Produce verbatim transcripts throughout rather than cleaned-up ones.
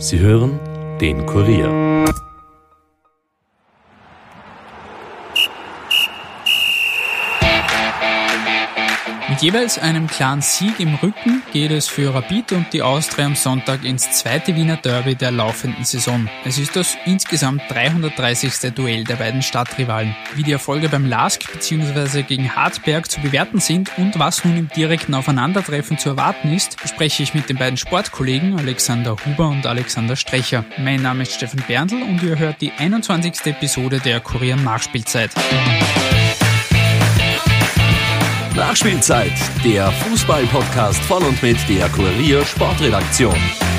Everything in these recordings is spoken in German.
Sie hören den Kurier. Mit jeweils einem klaren Sieg im Rücken geht es für Rapid und die Austria am Sonntag ins zweite Wiener Derby der laufenden Saison. Es ist das insgesamt dreihundertdreißigste Duell der beiden Stadtrivalen. Wie die Erfolge beim LASK bzw. gegen Hartberg zu bewerten sind und was nun im direkten Aufeinandertreffen zu erwarten ist, bespreche ich mit den beiden Sportkollegen Alexander Huber und Alexander Strecher. Mein Name ist Stefan Berndl und ihr hört die einundzwanzigste Episode der Kurier Nachspielzeit. Nachspielzeit, der Fußball-Podcast von und mit der Kurier Sportredaktion.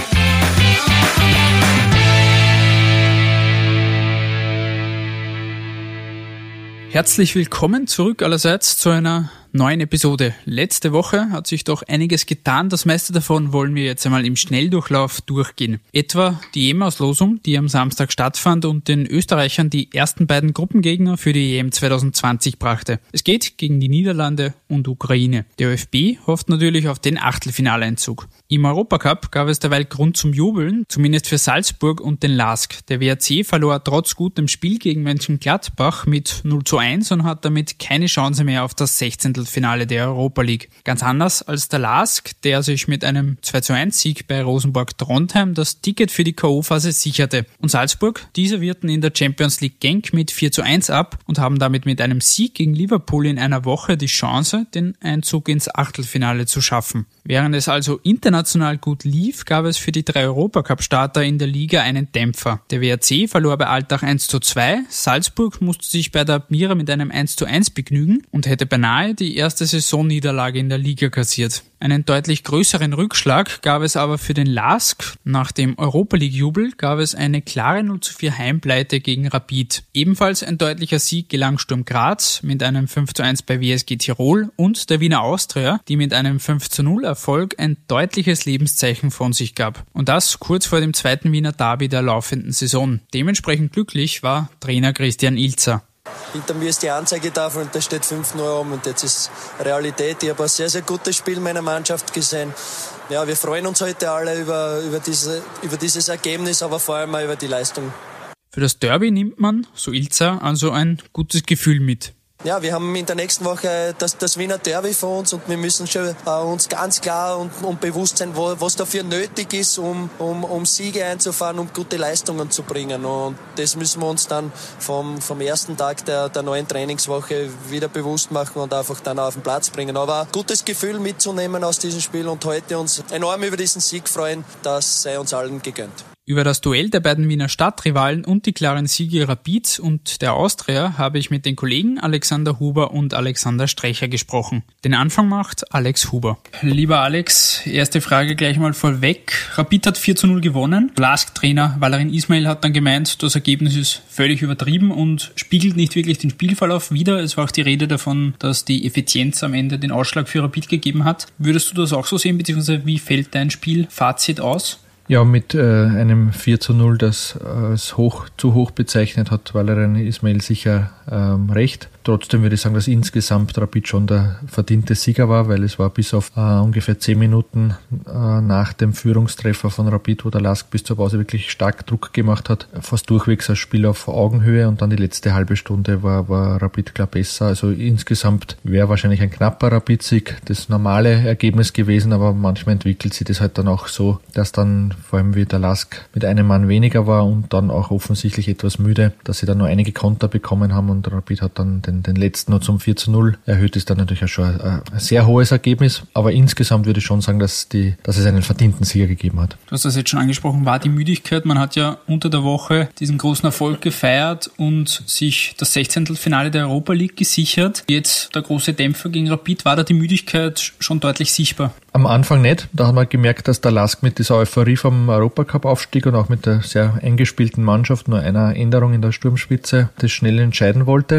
Herzlich willkommen zurück allerseits zu einer neuen Episode. Letzte Woche hat sich doch einiges getan. Das meiste davon wollen wir jetzt einmal im Schnelldurchlauf durchgehen. Etwa die E M-Auslosung, die am Samstag stattfand und den Österreichern die ersten beiden Gruppengegner für die E M zwanzig zwanzig brachte. Es geht gegen die Niederlande und Ukraine. Der ÖFB hofft natürlich auf den Achtelfinaleinzug. Im Europacup gab es derweil Grund zum Jubeln, zumindest für Salzburg und den LASK. Der W R C verlor trotz gutem Spiel gegen Mönchengladbach mit null zu eins und hat damit keine Chance mehr auf das Sechzehntelfinale der Europa League. Ganz anders als der LASK, der sich mit einem zwei zu eins Sieg bei Rosenborg Trondheim das Ticket für die K O-Phase sicherte. Und Salzburg, diese wirten in der Champions League Genk mit vier zu eins ab und haben damit mit einem Sieg gegen Liverpool in einer Woche die Chance, den Einzug ins Achtelfinale zu schaffen. Während es also international gut lief, gab es für die drei Europacup-Starter in der Liga einen Dämpfer. Der W R C verlor bei Altach eins zu zwei, Salzburg musste sich bei der Admira mit einem eins zu eins begnügen und hätte beinahe die erste Saisonniederlage in der Liga kassiert. Einen deutlich größeren Rückschlag gab es aber für den LASK. Nach dem Europa-League-Jubel gab es eine klare null zu vier Heimpleite gegen Rapid. Ebenfalls ein deutlicher Sieg gelang Sturm Graz mit einem fünf zu eins bei W S G Tirol und der Wiener Austria, die mit einem fünf zu null Erfolg ein deutliches Lebenszeichen von sich gab. Und das kurz vor dem zweiten Wiener Derby der laufenden Saison. Dementsprechend glücklich war Trainer Christian Ilzer. Hinter mir ist die Anzeigetafel und da steht fünf null um und jetzt ist Realität. Ich habe ein sehr, sehr gutes Spiel meiner Mannschaft gesehen. Ja, wir freuen uns heute alle über, über, diese, über dieses Ergebnis, aber vor allem auch über die Leistung. Für das Derby nimmt man, so Ilzer, also ein gutes Gefühl mit. Ja, wir haben in der nächsten Woche das, das Wiener Derby vor uns und wir müssen schon äh, uns ganz klar und, und bewusst sein, wo, was dafür nötig ist, um, um, um Siege einzufahren, um gute Leistungen zu bringen. Und das müssen wir uns dann vom, vom ersten Tag der, der neuen Trainingswoche wieder bewusst machen und einfach dann auf den Platz bringen. Aber ein gutes Gefühl mitzunehmen aus diesem Spiel und heute uns enorm über diesen Sieg freuen, das sei uns allen gegönnt. Über das Duell der beiden Wiener Stadtrivalen und die klaren Siege Rapids und der Austria habe ich mit den Kollegen Alexander Huber und Alexander Strecher gesprochen. Den Anfang macht Alex Huber. Lieber Alex, erste Frage gleich mal vorweg. Rapid hat vier zu null gewonnen. LASK-Trainer Valerian Ismail hat dann gemeint, das Ergebnis ist völlig übertrieben und spiegelt nicht wirklich den Spielverlauf wider. Es war auch die Rede davon, dass die Effizienz am Ende den Ausschlag für Rapid gegeben hat. Würdest du das auch so sehen, beziehungsweise wie fällt dein Spielfazit aus? Ja, mit äh, einem vier zu null, das äh, als hoch, zu hoch bezeichnet, hat Valerian Ismail sicher ähm, recht. Trotzdem würde ich sagen, dass insgesamt Rapid schon der verdiente Sieger war, weil es war bis auf äh, ungefähr zehn Minuten äh, nach dem Führungstreffer von Rapid, wo der LASK bis zur Pause wirklich stark Druck gemacht hat, fast durchwegs ein Spiel auf Augenhöhe und dann die letzte halbe Stunde war, war Rapid klar besser. Also insgesamt wäre wahrscheinlich ein knapper Rapid-Sieg das normale Ergebnis gewesen, aber manchmal entwickelt sich das halt dann auch so, dass dann vor allem wie der LASK mit einem Mann weniger war und dann auch offensichtlich etwas müde, dass sie dann nur einige Konter bekommen haben und Rapid hat dann den, den letzten nur zum vier zu null erhöht, ist dann natürlich auch schon ein, ein sehr hohes Ergebnis, aber insgesamt würde ich schon sagen, dass, die, dass es einen verdienten Sieger gegeben hat. Du hast das jetzt schon angesprochen, war die Müdigkeit, man hat ja unter der Woche diesen großen Erfolg gefeiert und sich das Sechzehntelfinale der Europa League gesichert. Jetzt der große Dämpfer gegen Rapid, war da die Müdigkeit schon deutlich sichtbar? Am Anfang nicht, da hat man gemerkt, dass der LASK mit dieser Euphorie vom Europacup-Aufstieg und auch mit der sehr eingespielten Mannschaft nur einer Änderung in der Sturmspitze das schnell entscheiden wollte.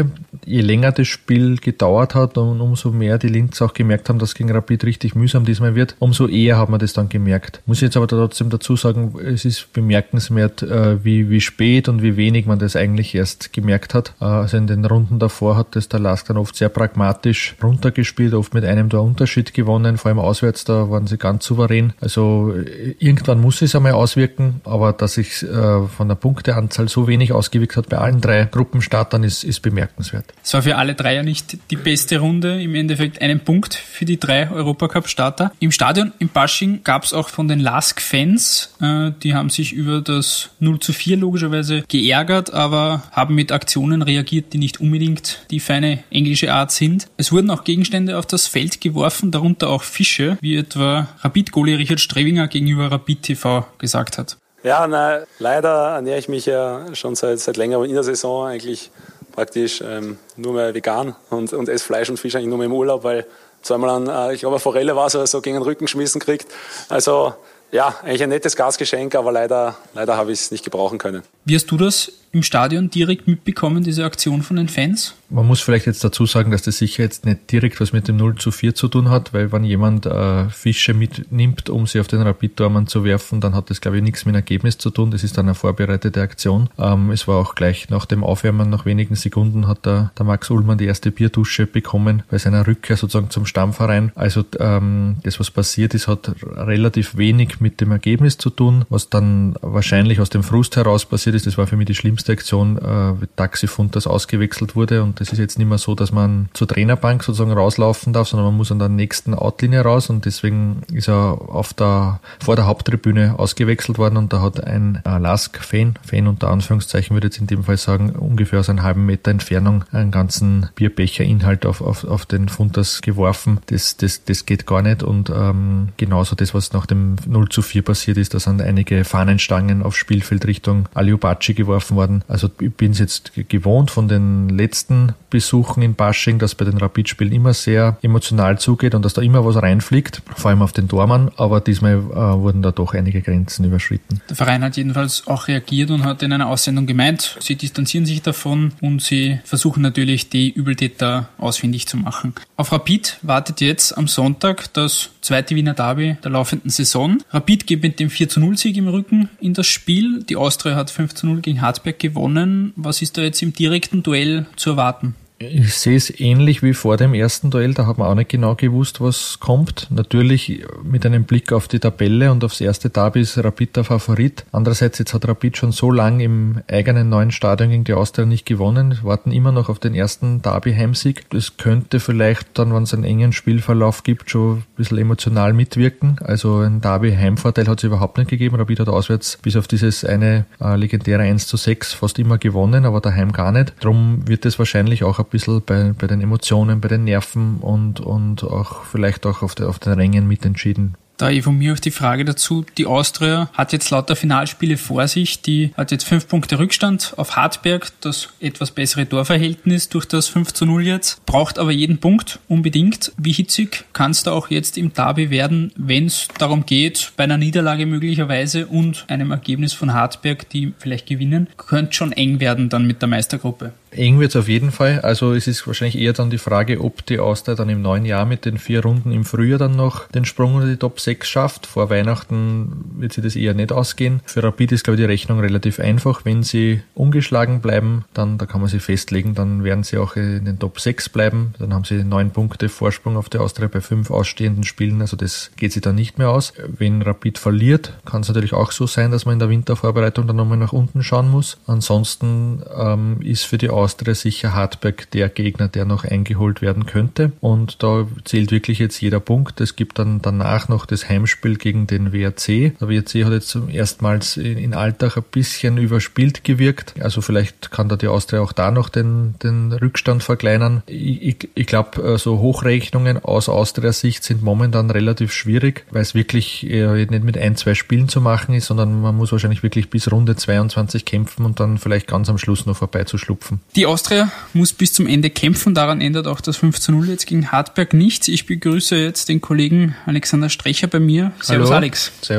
je länger das Spiel gedauert hat und umso mehr die Links auch gemerkt haben, dass gegen Rapid richtig mühsam diesmal wird, umso eher hat man das dann gemerkt. Muss ich jetzt aber trotzdem dazu sagen, es ist bemerkenswert, wie, wie spät und wie wenig man das eigentlich erst gemerkt hat. Also in den Runden davor hat das der Lask dann oft sehr pragmatisch runtergespielt, oft mit einem der Unterschied gewonnen, vor allem auswärts, da waren sie ganz souverän. Also irgendwann muss es einmal auswirken, aber dass sich äh, von der Punkteanzahl so wenig ausgewirkt hat bei allen drei Gruppenstartern, ist, ist bemerkenswert. Es war für alle drei ja nicht die beste Runde, im Endeffekt einen Punkt für die drei Europacup-Starter. Im Stadion in Pasching gab es auch von den Lask-Fans, äh, die haben sich über das null zu vier logischerweise geärgert, aber haben mit Aktionen reagiert, die nicht unbedingt die feine englische Art sind. Es wurden auch Gegenstände auf das Feld geworfen, darunter auch Fische, wie etwa Rapid-Goalie Richard Strewinger gegenüber Rapid T V gesagt hat. Ja, na, leider ernähre ich mich ja schon seit, seit längerem in der Saison eigentlich praktisch ähm, nur mehr vegan und, und esse Fleisch und Fisch eigentlich nur mehr im Urlaub, weil zweimal an, äh, ich glaube, eine Forelle war so, so gegen den Rücken geschmissen kriegt. Also ja, eigentlich ein nettes Gastgeschenk, aber leider, leider habe ich es nicht gebrauchen können. Wie hast du das im Stadion direkt mitbekommen, diese Aktion von den Fans? Man muss vielleicht jetzt dazu sagen, dass das sicher jetzt nicht direkt was mit dem null zu vier zu tun hat, weil wenn jemand äh, Fische mitnimmt, um sie auf den Rapid-Tormann zu werfen, dann hat das, glaube ich, nichts mit dem Ergebnis zu tun. Das ist dann eine vorbereitete Aktion. Ähm, es war auch gleich nach dem Aufwärmen, nach wenigen Sekunden hat der, der Max Ullmann die erste Bierdusche bekommen bei seiner Rückkehr sozusagen zum Stammverein. Also ähm, das, was passiert ist, hat relativ wenig mit dem Ergebnis zu tun. Was dann wahrscheinlich aus dem Frust heraus passiert ist, das war für mich die schlimmste Aktion, äh, wie Taxifund, das ausgewechselt wurde, und das ist jetzt nicht mehr so, dass man zur Trainerbank sozusagen rauslaufen darf, sondern man muss an der nächsten Outlinie raus, und deswegen ist er auf der, vor der Haupttribüne ausgewechselt worden, und da hat ein äh, Lask-Fan, Fan unter Anführungszeichen würde ich jetzt in dem Fall sagen, ungefähr aus einem halben Meter Entfernung einen ganzen Bierbecher-Inhalt auf, auf, auf den Fundas geworfen. Das, das, das geht gar nicht, und ähm, genauso das, was nach dem null zu vier passiert ist, da sind einige Fahnenstangen aufs Spielfeld Richtung Aliubaci geworfen worden. Also ich bin es jetzt gewohnt von den letzten Besuchen in Pasching, dass bei den Rapid-Spielen immer sehr emotional zugeht und dass da immer was reinfliegt, vor allem auf den Tormann, aber diesmal äh, wurden da doch einige Grenzen überschritten. Der Verein hat jedenfalls auch reagiert und hat in einer Aussendung gemeint, sie distanzieren sich davon und sie versuchen natürlich, die Übeltäter ausfindig zu machen. Auf Rapid wartet jetzt am Sonntag das zweite Wiener Derby der laufenden Saison. Rapid geht mit dem vier zu null Sieg im Rücken in das Spiel. Die Austria hat fünf zu null gegen Hartberg gewonnen. Was ist da jetzt im direkten Duell zu erwarten? Ich sehe es ähnlich wie vor dem ersten Duell, da hat man auch nicht genau gewusst, was kommt. Natürlich mit einem Blick auf die Tabelle und aufs erste Derby ist Rapid der Favorit. Andererseits, jetzt hat Rapid schon so lange im eigenen neuen Stadion gegen die Austria nicht gewonnen, warten immer noch auf den ersten Derby-Heimsieg. Das könnte vielleicht dann, wenn es einen engen Spielverlauf gibt, schon ein bisschen emotional mitwirken. Also ein Derby-Heimvorteil hat es überhaupt nicht gegeben. Rapid hat auswärts bis auf dieses eine äh, legendäre eins zu sechs fast immer gewonnen, aber daheim gar nicht. Darum wird es wahrscheinlich auch ein bisschen bei, bei den Emotionen, bei den Nerven und, und auch vielleicht auch auf, der, auf den Rängen mitentschieden. Da eh von mir auch die Frage dazu, die Austria hat jetzt lauter Finalspiele vor sich, die hat jetzt fünf Punkte Rückstand auf Hartberg, das etwas bessere Torverhältnis durch das fünf zu null jetzt, braucht aber jeden Punkt unbedingt. Wie hitzig kann es da auch jetzt im Derby werden, wenn es darum geht, bei einer Niederlage möglicherweise und einem Ergebnis von Hartberg, die vielleicht gewinnen, könnte schon eng werden dann mit der Meistergruppe. Eng wird es auf jeden Fall. Also es ist wahrscheinlich eher dann die Frage, ob die Austria dann im neuen Jahr mit den vier Runden im Frühjahr dann noch den Sprung unter die Top sechs schafft. Vor Weihnachten wird sie das eher nicht ausgehen. Für Rapid ist, glaube ich, die Rechnung relativ einfach. Wenn sie ungeschlagen bleiben, dann da kann man sie festlegen, dann werden sie auch in den Top sechs bleiben. Dann haben sie neun Punkte Vorsprung auf die Austria bei fünf ausstehenden Spielen. Also das geht sie dann nicht mehr aus. Wenn Rapid verliert, kann es natürlich auch so sein, dass man in der Wintervorbereitung dann nochmal nach unten schauen muss. Ansonsten ähm, ist für die Austria sicher Hartberg der Gegner, der noch eingeholt werden könnte. Und da zählt wirklich jetzt jeder Punkt. Es gibt dann danach noch das Heimspiel gegen den W R C. Der W R C hat jetzt zum erstmals in, in Alltag ein bisschen überspielt gewirkt. Also vielleicht kann da die Austria auch da noch den, den Rückstand verkleinern. Ich, ich, ich glaube, so Hochrechnungen aus Austria-Sicht sind momentan relativ schwierig, weil es wirklich äh, nicht mit ein, zwei Spielen zu machen ist, sondern man muss wahrscheinlich wirklich bis Runde zweiundzwanzig kämpfen und dann vielleicht ganz am Schluss noch vorbeizuschlupfen. Die Austria muss bis zum Ende kämpfen, daran ändert auch das fünf zu null jetzt gegen Hartberg nichts. Ich begrüße jetzt den Kollegen Alexander Strecher bei mir. Servus. Hallo. Alex. Servus.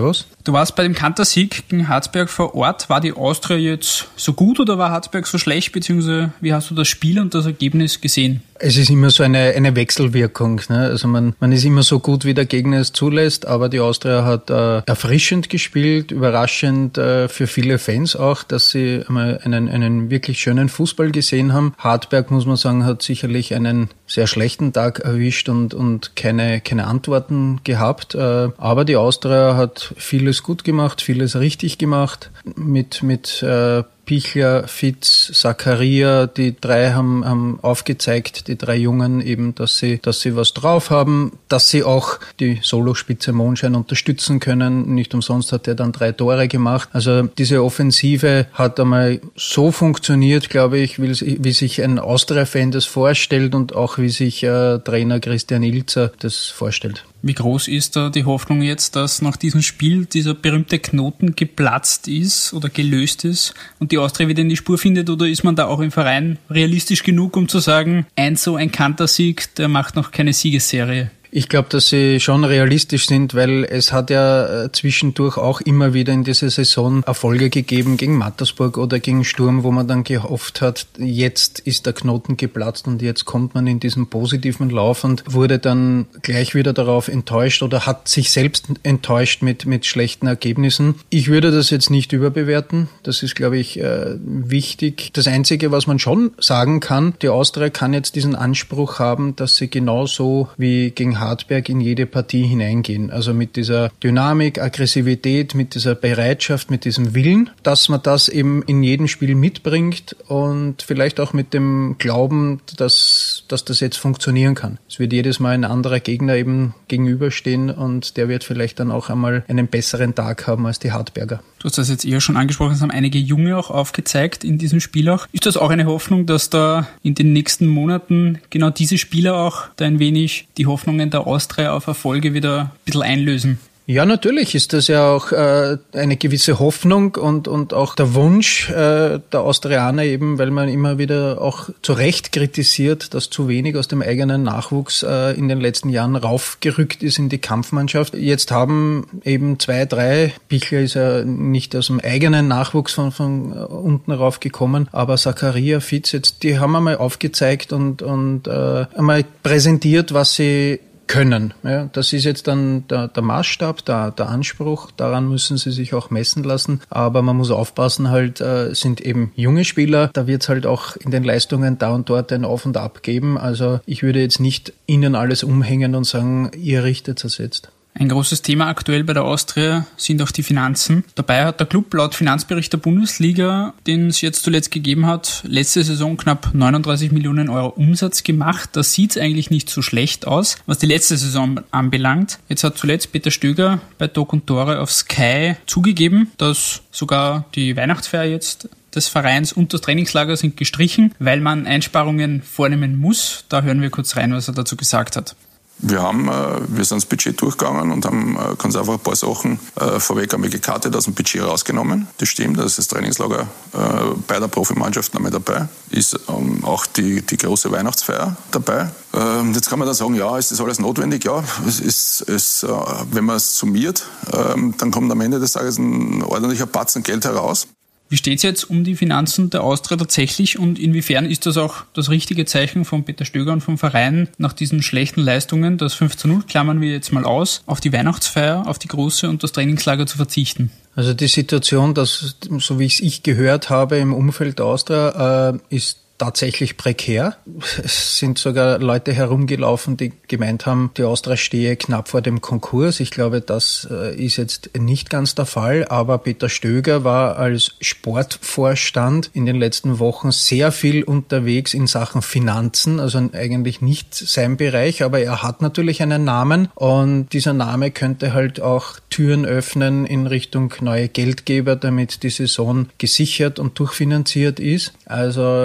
Du warst bei dem Kantersieg gegen Harzberg vor Ort. War die Austria jetzt so gut oder war Harzberg so schlecht, beziehungsweise wie hast du das Spiel und das Ergebnis gesehen? Es ist immer so eine, eine Wechselwirkung. Ne? Also man, man ist immer so gut, wie der Gegner es zulässt, aber die Austria hat äh, erfrischend gespielt, überraschend äh, für viele Fans auch, dass sie einmal einen, einen wirklich schönen Fußball gesehen haben. Harzberg, muss man sagen, hat sicherlich einen sehr schlechten Tag erwischt und, und keine, keine Antworten gehabt. Äh, aber die Austria hat vieles gut gemacht, vieles richtig gemacht. Mit, mit äh, Pichler, Fitz, Zakaria, die drei haben, haben aufgezeigt, die drei Jungen eben, dass sie, dass sie was drauf haben, dass sie auch die Solospitze Mondschein unterstützen können. Nicht umsonst hat er dann drei Tore gemacht. Also diese Offensive hat einmal so funktioniert, glaube ich, wie, wie sich ein Austria-Fan das vorstellt und auch wie sich äh, Trainer Christian Ilzer das vorstellt. Wie groß ist da die Hoffnung jetzt, dass nach diesem Spiel dieser berühmte Knoten geplatzt ist oder gelöst ist und die Austria wieder in die Spur findet, oder ist man da auch im Verein realistisch genug, um zu sagen, ein so ein Kantersieg, der macht noch keine Siegesserie? Ich glaube, dass sie schon realistisch sind, weil es hat ja zwischendurch auch immer wieder in dieser Saison Erfolge gegeben gegen Mattersburg oder gegen Sturm, wo man dann gehofft hat, jetzt ist der Knoten geplatzt und jetzt kommt man in diesen positiven Lauf und wurde dann gleich wieder darauf enttäuscht oder hat sich selbst enttäuscht mit, mit schlechten Ergebnissen. Ich würde das jetzt nicht überbewerten. Das ist, glaube ich, wichtig. Das Einzige, was man schon sagen kann, die Austria kann jetzt diesen Anspruch haben, dass sie genauso wie gegen Harzberg in jede Partie hineingehen. Also mit dieser Dynamik, Aggressivität, mit dieser Bereitschaft, mit diesem Willen, dass man das eben in jedem Spiel mitbringt und vielleicht auch mit dem Glauben, dass, dass das jetzt funktionieren kann. Es wird jedes Mal ein anderer Gegner eben gegenüberstehen und der wird vielleicht dann auch einmal einen besseren Tag haben als die Harzberger. Du hast das jetzt eher schon angesprochen, es haben einige Junge auch aufgezeigt in diesem Spiel auch. Ist das auch eine Hoffnung, dass da in den nächsten Monaten genau diese Spieler auch da ein wenig die Hoffnungen der Austria auf Erfolge wieder ein bisschen einlösen? Ja, natürlich ist das ja auch äh, eine gewisse Hoffnung und und auch der Wunsch äh, der Austrianer eben, weil man immer wieder auch zu Recht kritisiert, dass zu wenig aus dem eigenen Nachwuchs äh, in den letzten Jahren raufgerückt ist in die Kampfmannschaft. Jetzt haben eben zwei, drei, Pichler ist ja nicht aus dem eigenen Nachwuchs von, von äh, unten raufgekommen, aber Zakaria, Fitz, jetzt, die haben einmal aufgezeigt und, und äh, einmal präsentiert, was sie können. Ja, das ist jetzt dann der, der Maßstab, der, der Anspruch. Daran müssen sie sich auch messen lassen. Aber man muss aufpassen, halt äh, sind eben junge Spieler. Da wird es halt auch in den Leistungen da und dort ein Auf und Ab geben. Also ich würde jetzt nicht ihnen alles umhängen und sagen, ihr richtet es jetzt. Ein großes Thema aktuell bei der Austria sind auch die Finanzen. Dabei hat der Club laut Finanzbericht der Bundesliga, den es jetzt zuletzt gegeben hat, letzte Saison knapp neununddreißig Millionen Euro Umsatz gemacht. Das sieht es eigentlich nicht so schlecht aus, was die letzte Saison anbelangt. Jetzt hat zuletzt Peter Stöger bei Tok und Tore auf Sky zugegeben, dass sogar die Weihnachtsfeier jetzt des Vereins und das Trainingslager sind gestrichen, weil man Einsparungen vornehmen muss. Da hören wir kurz rein, was er dazu gesagt hat. Wir haben, wir sind das Budget durchgegangen und haben ganz einfach ein paar Sachen vorweg einmal gekartet, aus dem Budget rausgenommen. Das stimmt, da ist das Trainingslager bei der Profimannschaft noch mit dabei. Ist auch die, die große Weihnachtsfeier dabei. Jetzt kann man dann sagen, ja, ist das alles notwendig? Ja, es ist, es, wenn man es summiert, dann kommt am Ende des Tages ein ordentlicher Batzen Geld heraus. Wie steht es jetzt um die Finanzen der Austria tatsächlich und inwiefern ist das auch das richtige Zeichen von Peter Stöger und vom Verein nach diesen schlechten Leistungen, das fünf zu null, klammern wir jetzt mal aus, auf die Weihnachtsfeier, auf die große und das Trainingslager zu verzichten? Also die Situation, dass, so wie ich es gehört habe im Umfeld der Austria, äh, ist tatsächlich prekär. Es sind sogar Leute herumgelaufen, die gemeint haben, die Austria stehe knapp vor dem Konkurs. Ich glaube, das ist jetzt nicht ganz der Fall, aber Peter Stöger war als Sportvorstand in den letzten Wochen sehr viel unterwegs in Sachen Finanzen, also eigentlich nicht sein Bereich, aber er hat natürlich einen Namen und dieser Name könnte halt auch Türen öffnen in Richtung neue Geldgeber, damit die Saison gesichert und durchfinanziert ist. Also man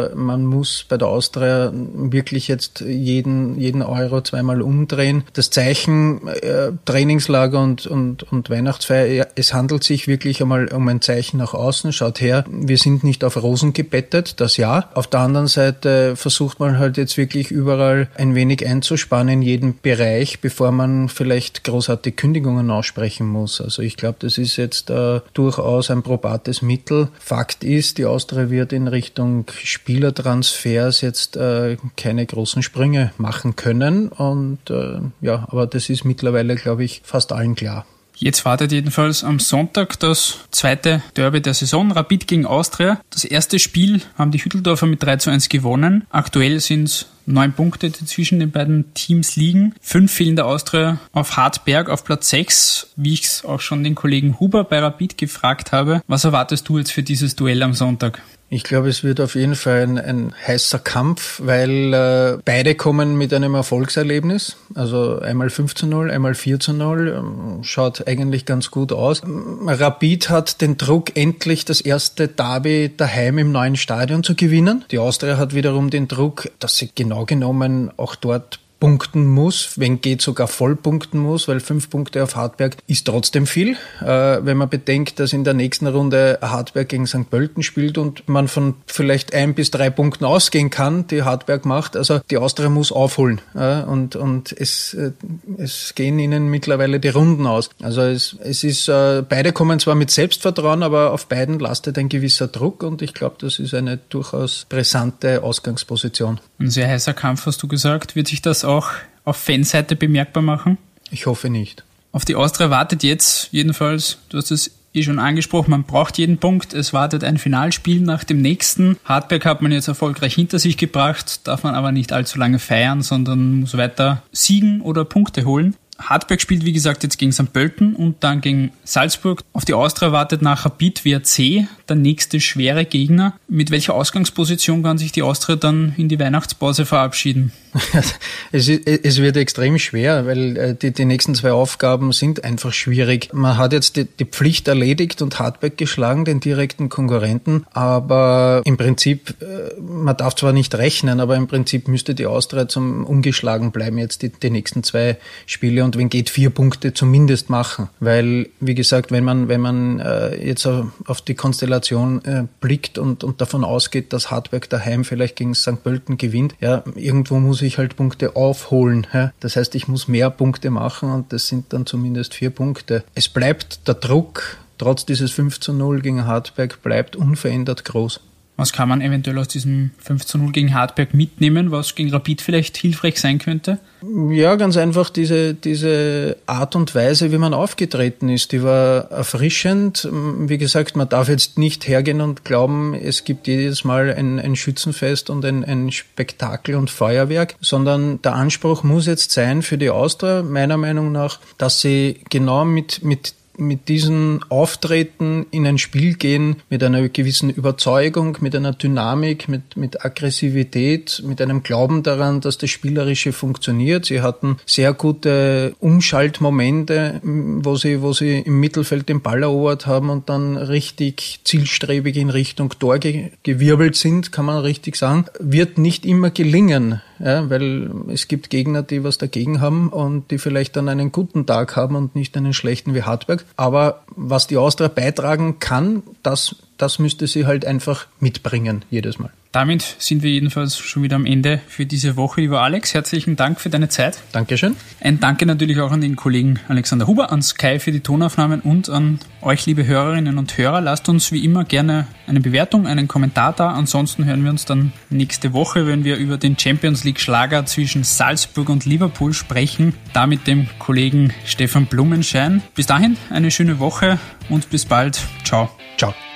man muss bei der Austria wirklich jetzt jeden, jeden Euro zweimal umdrehen. Das Zeichen äh, Trainingslager und, und, und Weihnachtsfeier, ja, es handelt sich wirklich einmal um ein Zeichen nach außen. Schaut her, wir sind nicht auf Rosen gebettet, das ja. Auf der anderen Seite versucht man halt jetzt wirklich überall ein wenig einzuspannen in jedem Bereich, bevor man vielleicht großartige Kündigungen aussprechen muss. Also ich glaube, das ist jetzt äh, durchaus ein probates Mittel. Fakt ist, die Austria wird in Richtung Spielertransfers jetzt äh, keine großen Sprünge machen können. Und äh, ja, aber das ist mittlerweile, glaube ich, fast allen klar. Jetzt wartet jedenfalls am Sonntag das zweite Derby der Saison, Rapid gegen Austria. Das erste Spiel haben die Hütteldorfer mit drei zu eins gewonnen. Aktuell sind es neun Punkte, die zwischen den beiden Teams liegen. Fünf fehlen der Austria auf Hartberg auf Platz sechs, wie ich es auch schon den Kollegen Huber bei Rapid gefragt habe. Was erwartest du jetzt für dieses Duell am Sonntag? Ich glaube, es wird auf jeden Fall ein, ein heißer Kampf, weil äh, beide kommen mit einem Erfolgserlebnis. Also einmal fünf zu null, einmal vier zu null. Ähm, schaut eigentlich ganz gut aus. Rapid hat den Druck, endlich das erste Derby daheim im neuen Stadion zu gewinnen. Die Austria hat wiederum den Druck, dass sie genau genommen auch dort punkten muss, wenn geht sogar voll punkten muss, weil fünf Punkte auf Hartberg ist trotzdem viel. Äh, wenn man bedenkt, dass in der nächsten Runde Hartberg gegen Sankt Pölten spielt und man von vielleicht ein bis drei Punkten ausgehen kann, die Hartberg macht. Also die Austria muss aufholen äh, und und es äh, es gehen ihnen mittlerweile die Runden aus. Also es es ist äh, beide kommen zwar mit Selbstvertrauen, aber auf beiden lastet ein gewisser Druck und ich glaube, das ist eine durchaus brisante Ausgangsposition. Ein sehr heißer Kampf, hast du gesagt. Wird sich das auch auf Fanseite bemerkbar machen? Ich hoffe nicht. Auf die Austria wartet jetzt jedenfalls, du hast es eh schon angesprochen, man braucht jeden Punkt. Es wartet ein Finalspiel nach dem nächsten. Hartberg hat man jetzt erfolgreich hinter sich gebracht, darf man aber nicht allzu lange feiern, sondern muss weiter siegen oder Punkte holen. Hartberg spielt, wie gesagt, jetzt gegen Sankt Pölten und dann gegen Salzburg. Auf die Austria wartet nach Rapid W R C der nächste schwere Gegner. Mit welcher Ausgangsposition kann sich die Austria dann in die Weihnachtspause verabschieden? Es, ist, es wird extrem schwer, weil die, die nächsten zwei Aufgaben sind einfach schwierig. Man hat jetzt die, die Pflicht erledigt und Hartberg geschlagen, den direkten Konkurrenten, aber im Prinzip, man darf zwar nicht rechnen, aber im Prinzip müsste die Austria zum ungeschlagen bleiben jetzt die, die nächsten zwei Spiele und wenn geht vier Punkte zumindest machen, weil wie gesagt, wenn man wenn man äh, jetzt auf die Konstellation äh, blickt und und davon ausgeht, dass Hartberg daheim vielleicht gegen Sankt Pölten gewinnt, ja, irgendwo muss ich halt Punkte aufholen. Ja? Das heißt, ich muss mehr Punkte machen und das sind dann zumindest vier Punkte. Es bleibt der Druck, trotz dieses fünf zu null gegen Hartberg, bleibt unverändert groß. Was kann man eventuell aus diesem fünf zu null gegen Hartberg mitnehmen, was gegen Rapid vielleicht hilfreich sein könnte? Ja, ganz einfach diese, diese Art und Weise, wie man aufgetreten ist, die war erfrischend. Wie gesagt, man darf jetzt nicht hergehen und glauben, es gibt jedes Mal ein, ein Schützenfest und ein, ein Spektakel und Feuerwerk, sondern der Anspruch muss jetzt sein für die Austria, meiner Meinung nach, dass sie genau mit, mit mit diesem Auftreten in ein Spiel gehen, mit einer gewissen Überzeugung, mit einer Dynamik, mit, mit Aggressivität, mit einem Glauben daran, dass das Spielerische funktioniert. Sie hatten sehr gute Umschaltmomente, wo sie, wo sie im Mittelfeld den Ball erobert haben und dann richtig zielstrebig in Richtung Tor ge- gewirbelt sind, kann man richtig sagen. Wird nicht immer gelingen. Ja, weil es gibt Gegner, die was dagegen haben und die vielleicht dann einen guten Tag haben und nicht einen schlechten wie Hartberg. Aber was die Austria beitragen kann, das, das müsste sie halt einfach mitbringen, jedes Mal. Damit sind wir jedenfalls schon wieder am Ende für diese Woche. Lieber Alex, herzlichen Dank für deine Zeit. Dankeschön. Ein Danke natürlich auch an den Kollegen Alexander Huber, an Sky für die Tonaufnahmen und an euch, liebe Hörerinnen und Hörer. Lasst uns wie immer gerne eine Bewertung, einen Kommentar da. Ansonsten hören wir uns dann nächste Woche, wenn wir über den Champions League Schlager zwischen Salzburg und Liverpool sprechen. Da mit dem Kollegen Stefan Blumenschein. Bis dahin eine schöne Woche und bis bald. Ciao. Ciao.